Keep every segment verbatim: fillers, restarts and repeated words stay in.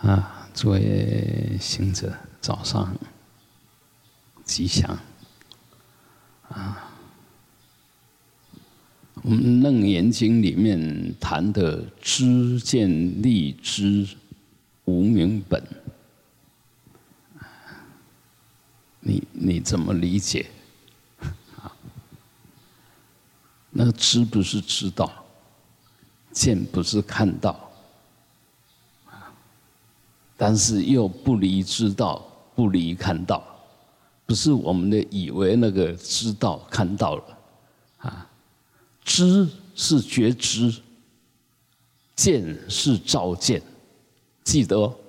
啊，诸位行者，早上吉祥啊！我们《楞严经》里面谈的知见立知无明本，你你怎么理解？啊，那个知不是知道，见不是看到。但是又不离知道，不离看到，不是我们的以为那个知道看到了，啊，知是觉知，见是照见，记得哦，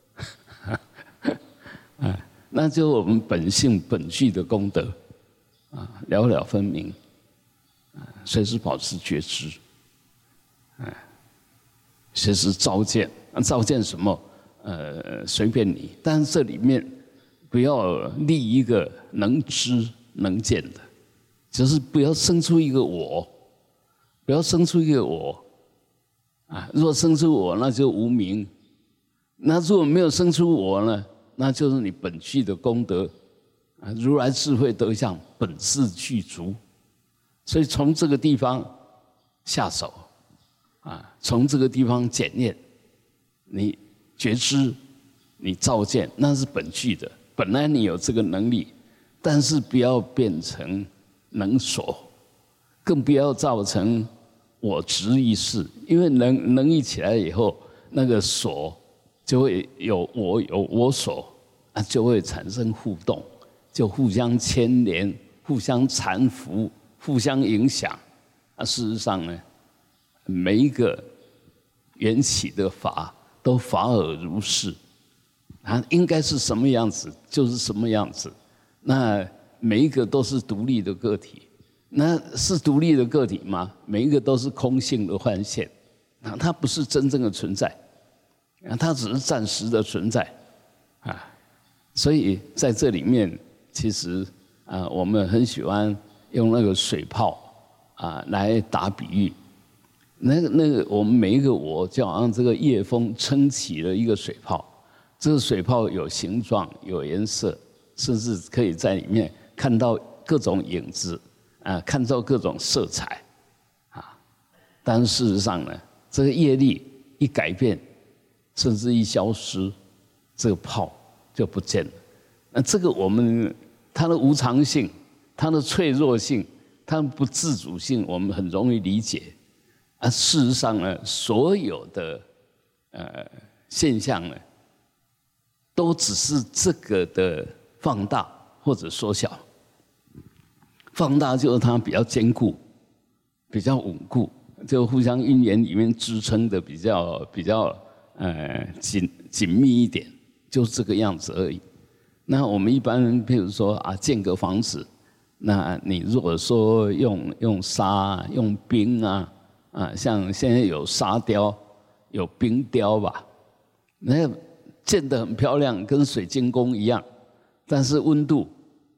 啊，那就是我们本性本具的功德，啊，了了分明，啊，随时保持觉知，啊，随时照见，照见什么？呃，随便你，但是这里面不要立一个能知能见的，就是不要生出一个我，不要生出一个我，啊，如果生出我，那就无明；那如果没有生出我呢，那就是你本具的功德，啊，如来智慧德相本自具足，所以从这个地方下手，啊，从这个地方检验你。觉知，你照见，那是本具的，本来你有这个能力，但是不要变成能所，更不要造成我执意识，因为能能力起来以后，那个所就会有我有我所，啊，就会产生互动，就互相牵连，互相缠缚，互相影响。啊，事实上呢，每一个缘起的法。都法尔如是，啊，应该是什么样子就是什么样子。那每一个都是独立的个体，那是独立的个体吗？每一个都是空性的幻现，啊，它不是真正的存在，啊，它只是暂时的存在，啊，所以在这里面，其实啊，我们很喜欢用那个水泡啊来打比喻。那个那个，我们每一个我就好像这个夜风撑起了一个水泡，这个水泡有形状、有颜色，甚至可以在里面看到各种影子，啊，看到各种色彩，啊，但事实上呢，这个业力一改变，甚至一消失，这个泡就不见了。那这个我们它的无常性、它的脆弱性、它的不自主性，我们很容易理解。啊，事实上呢，所有的呃现象呢，都只是这个的放大或者缩小。放大就是它比较坚固、比较稳固，就互相因缘里面支撑的比较比较呃紧紧密一点，就是这个样子而已。那我们一般人，譬如说啊，建个房子，那你如果说用用沙、用冰啊。啊，像现在有沙雕，有冰雕吧，那建得很漂亮，跟水晶宫一样，但是温度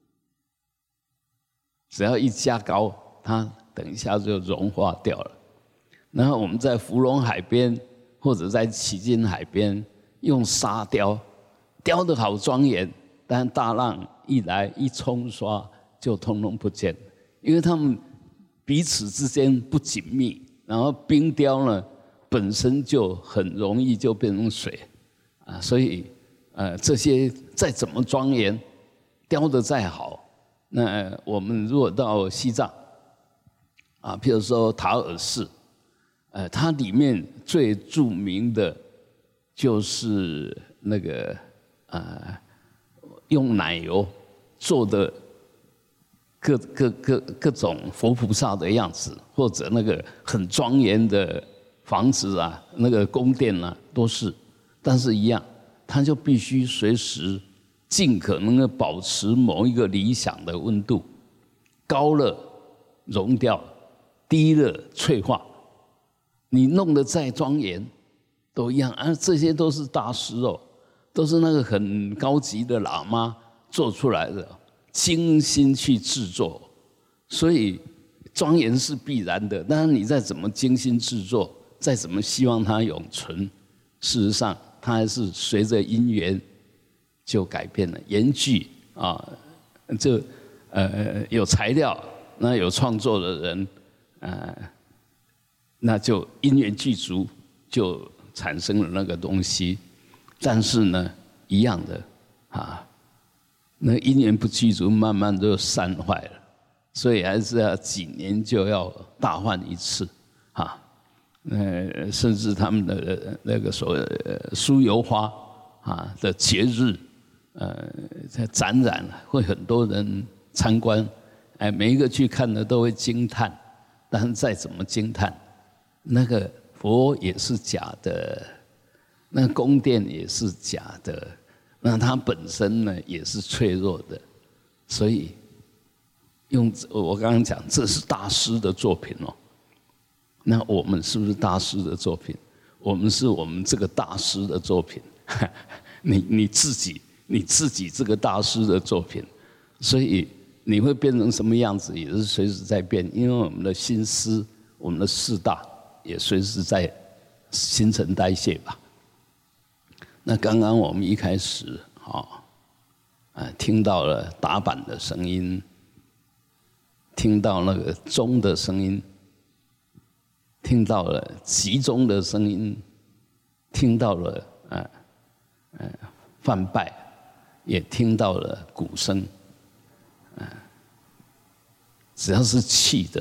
只要一加高，它等一下就融化掉了。然后我们在芙蓉海边或者在旗津海边用沙雕，雕得好庄严，但大浪一来一冲刷就通通不见了，因为它们彼此之间不紧密。然后冰雕呢，本身就很容易就变成水，啊，所以呃这些再怎么庄严，雕得再好，那我们如果到西藏，啊，譬如说塔尔寺，呃，它里面最著名的就是那个啊，用奶油做的。各各各各种佛菩萨的样子，或者那个很庄严的房子啊，那个宫殿啊，都是，但是一样，它就必须随时尽可能的保持某一个理想的温度，高了融掉，低了脆化。你弄得再庄严，都一样啊，这些都是大师哦，都是那个很高级的喇嘛做出来的。精心去制作，所以庄严是必然的。但是你再怎么精心制作，再怎么希望它永存，事实上它还是随着因缘就改变了。言句啊，这呃有材料，那有创作的人，呃，那就因缘具足，就产生了那个东西。但是呢，一样的啊，那因缘不具足，慢慢就散坏了。所以还是要几年就要大换一次啊。呃，甚至他们的那个所谓的酥油花啊的节日，呃，在展览会很多人参观，哎，每一个去看的都会惊叹。但是再怎么惊叹，那个佛也是假的，那个宫殿也是假的，那它本身呢也是脆弱的。所以用我刚刚讲，这是大师的作品哦。那我们是不是大师的作品？我们是我们这个大师的作品，你你自己你自己这个大师的作品，所以你会变成什么样子，也是随时在变，因为我们的心思、我们的四大也随时在新陈代谢吧。那刚刚我们一开始啊，啊听到了打板的声音，听到那个钟的声音。听到了集中的声音，听到了呃呃梵拜，也听到了鼓声，呃，只要是气的，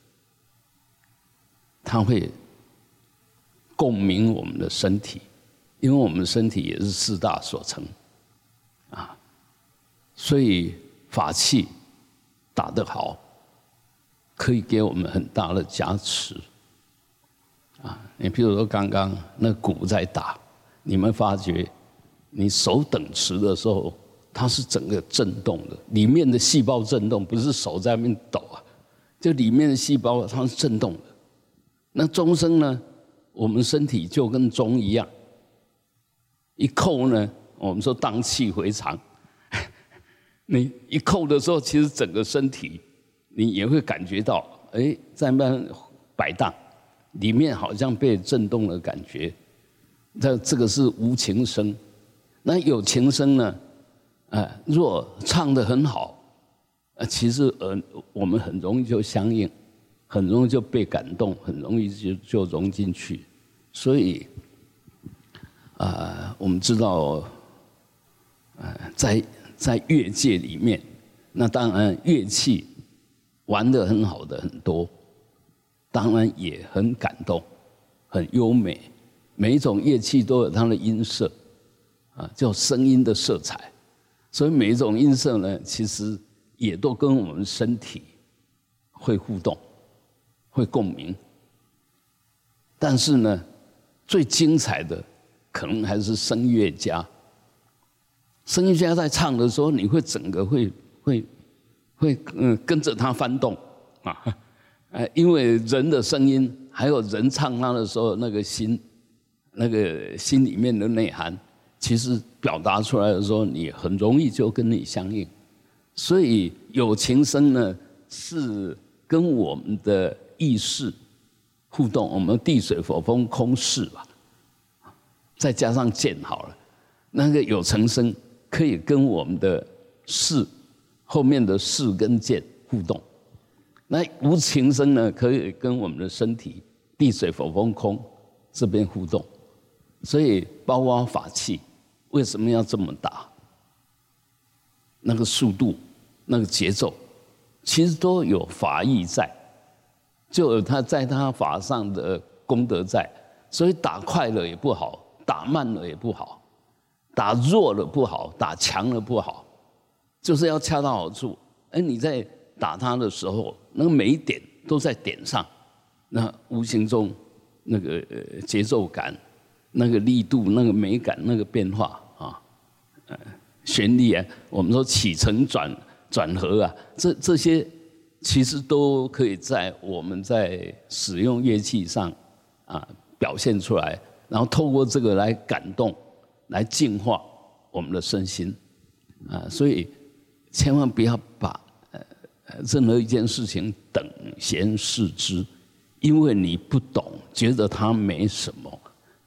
它会共鸣我们的身体，因为我们身体也是四大所成，啊，所以法器打得好，可以给我们很大的加持。啊，你譬如说刚刚那鼓在打，你们发觉，你手等持的时候，它是整个震动的，里面的细胞震动，不是手在那边抖啊，就里面的细胞它是震动的。那钟声呢，我们身体就跟钟一样，一扣呢，我们说荡气回肠，你一扣的时候，其实整个身体你也会感觉到，哎，在那边摆荡。里面好像被震动的感觉，这这个是无情声。那有情声呢？呃，若唱得很好，呃，其实呃我们很容易就相应，很容易就被感动，很容易就就融进去。所以，啊、呃，我们知道，呃，在在乐界里面，那当然乐器玩得很好的很多。当然也很感动，很优美。每一种乐器都有它的音色，啊，叫声音的色彩。所以每一种音色呢，其实也都跟我们身体会互动，会共鸣。但是呢，最精彩的可能还是声乐家。声乐家在唱的时候，你会整个会会会嗯跟着他翻动啊。呃，因为人的声音，还有人唱它的时候，那个心，那个心里面的内涵，其实表达出来的时候，你很容易就跟你相应。所以有情声呢，是跟我们的意识互动，我们地水火风空识吧，再加上剑好了，那个有情声可以跟我们的识后面的识跟剑互动。那无情声呢，可以跟我们的身体地水火风空这边互动，所以包括法器为什么要这么打？那个速度、那个节奏，其实都有法义在，就有他在他法上的功德在。所以打快了也不好，打慢了也不好，打弱了不好，打强了不好，就是要恰到好处。哎，你在打他的时候，那个每一点都在点上，那无形中那个节奏感、那个力度、那个美感、那个变化啊，呃，旋律啊，我们说起承转转合啊，这这些其实都可以在我们在使用乐器上啊表现出来，然后透过这个来感动、来净化我们的身心啊，所以千万不要把任何一件事情等闲视之，因为你不懂，觉得它没什么，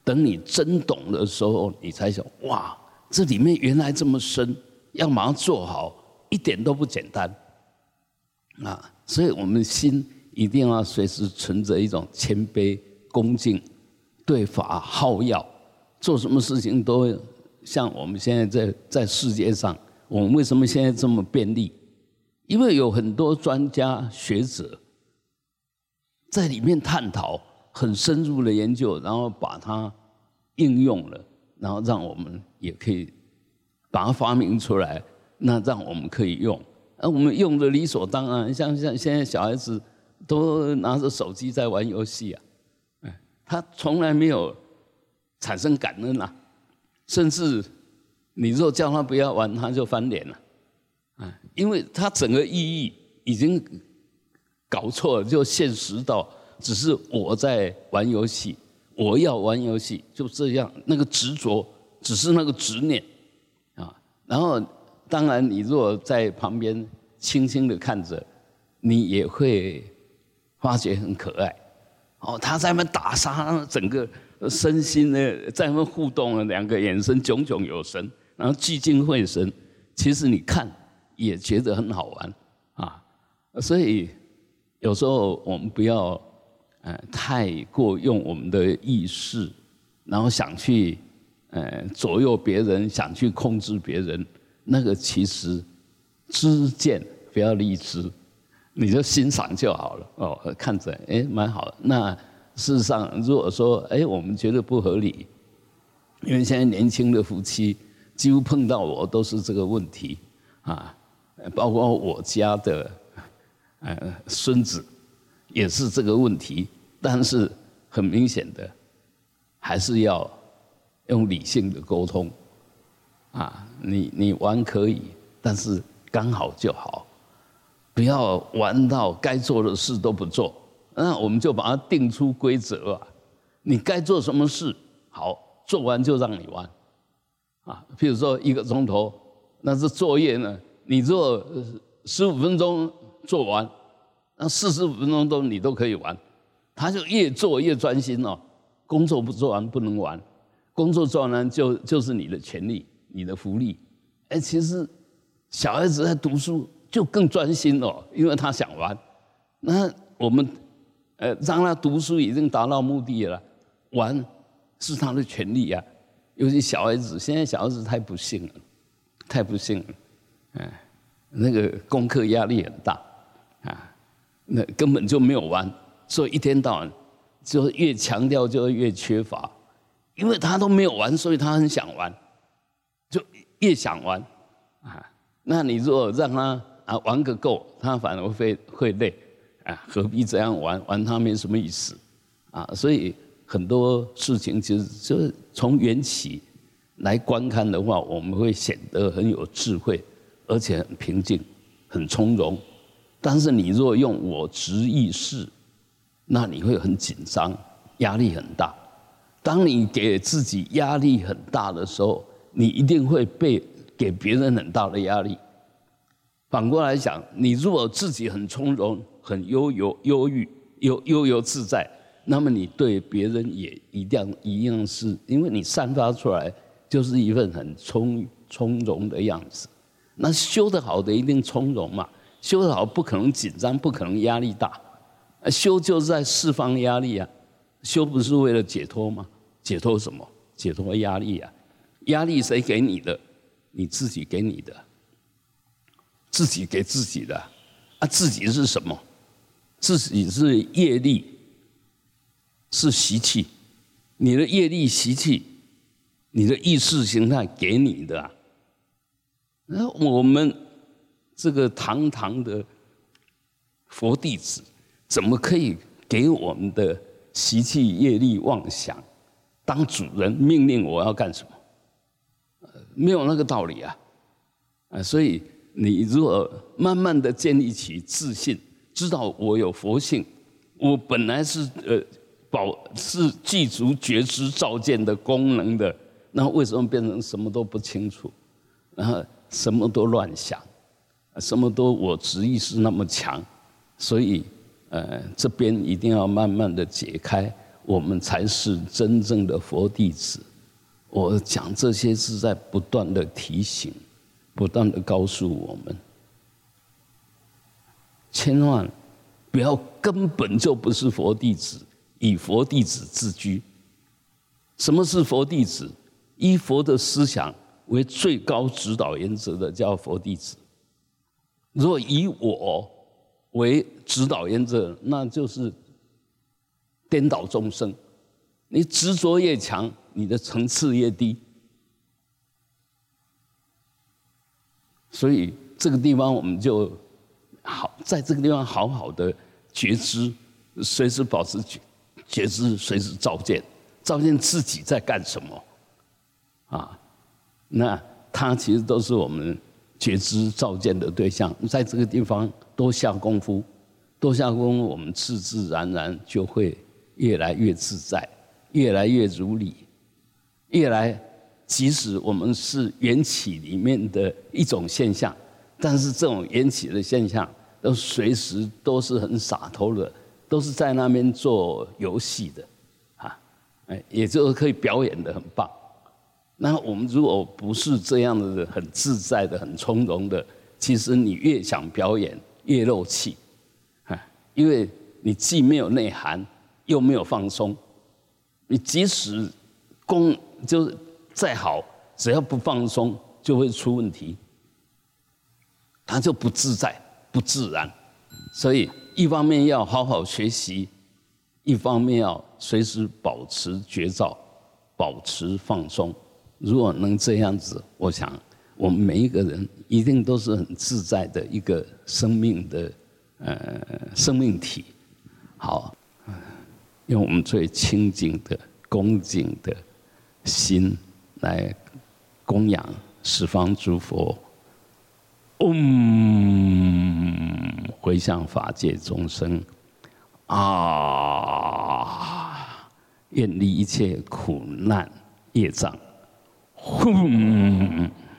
等你真懂的时候，你才想哇，这里面原来这么深，要马上做好，一点都不简单啊！所以我们心一定要随时存着一种谦卑、恭敬，对法好要，做什么事情都像我们现在在在世界上，我们为什么现在这么便利？因为有很多专家学者在里面探讨很深入的研究，然后把它应用了，然后让我们也可以把它发明出来，那让我们可以用。而我们用的理所当然，像像现在小孩子都拿着手机在玩游戏啊，他从来没有产生感恩啊，甚至你若叫他不要玩，他就翻脸了，啊，因为他整个意义已经搞错了，就现实到只是我在玩游戏，我要玩游戏，就这样，那个执着只是那个执念啊。然后，当然你如果在旁边轻轻的看着，你也会发觉很可爱。哦，他在那边打杀，整个身心呢在那边互动，两个眼神炯炯有神，然后聚精会神。其实你看也觉得很好玩啊，所以有时候我们不要呃太过用我们的意识，然后想去呃左右别人，想去控制别人，那个其实知见不要立知。你就欣赏就好了哦，看着哎蛮好的。那事实上，如果说哎我们觉得不合理，因为现在年轻的夫妻几乎碰到我都是这个问题啊，包括我家的呃孙子也是这个问题。但是很明显的，还是要用理性的沟通啊。你你玩可以，但是刚好就好。不要玩到该做的事都不做，那我们就把它定出规则啊。你该做什么事，好，做完就让你玩，啊，譬如说一个钟头，那是作业呢，你做十五分钟做完，那四十五分钟都你都可以玩，他就越做越专心哦。工作不做完不能玩，工作做完就就是你的权利，你的福利。哎，其实小孩子在读书就更专心了，因为他想玩。那我们呃让他读书已经达到目的了，玩是他的权利啊。尤其小孩子，现在小孩子太不幸了，太不幸了，哎，那个功课压力很大啊，那根本就没有玩，所以一天到晚就越强调就越缺乏，因为他都没有玩，所以他很想玩，就越想玩啊。那你如果让他啊玩个够，他反而会会累啊，何必这样玩？玩他没什么意思啊。所以很多事情其实就是从缘起来观看的话，我们会显得很有智慧，而且很平静、很从容。但是你若用我执意识，那你会很紧张，压力很大。当你给自己压力很大的时候，你一定会被给别人很大的压力。反过来讲，你如果自己很从容、很悠游、忧郁、悠悠游自在，那么你对别人也一样一样是，因为你散发出来就是一份很从从容的样子。那修得好的一定从容嘛，修得好不可能紧张，不可能压力大。修就是在释放压力啊，修不是为了解脱吗？解脱什么？解脱压力啊！压力谁给你的？你自己给你的。自己给自己的啊，自己是什么？自己是业力，是习气。你的业力习气，你的意识形态给你的啊。那我们这个堂堂的佛弟子，怎么可以给我们的习气、业力、妄想当主人，命令我要干什么？没有那个道理啊！啊，所以。你如果慢慢的建立起自信，知道我有佛性，我本来是呃保是具足觉知照见的功能的，那为什么变成什么都不清楚，然后什么都乱想，什么都我执意识那么强，所以呃这边一定要慢慢的解开我们才是真正的佛弟子。我讲这些是在不断的提醒，不断的告诉我们，千万不要根本就不是佛弟子，以佛弟子自居。什么是佛弟子？依佛的思想为最高指导原则的叫佛弟子。若以我为指导原则，那就是颠倒众生。你执着越强，你的层次越低。所以这个地方我们就好，在这个地方好好的觉知，随时保持觉觉知，随时照见，照见自己在干什么啊？那它其实都是我们觉知照见的对象。在这个地方多下功夫，多下功夫，我们自自然然就会越来越自在，越来越如理，越来即使我们是缘起里面的一种现象，但是这种缘起的现象都随时都是很洒脱的，都是在那边做游戏的啊，哎，也就是可以表演的很棒。那我们如果不是这样的很自在的、很从容的，其实你越想表演越漏气，因为你既没有内涵，又没有放松。你即使功就是再好，只要不放松，就会出问题，它就不自在、不自然。所以一方面要好好学习，一方面要随时保持觉照，保持放松。如果能这样子，我想我们每一个人一定都是很自在的一个生命的呃生命体。好，用我们最清净的、恭敬的心来供养十方诸佛。嗡，回向法界众生啊，远离一切苦难业障。轰！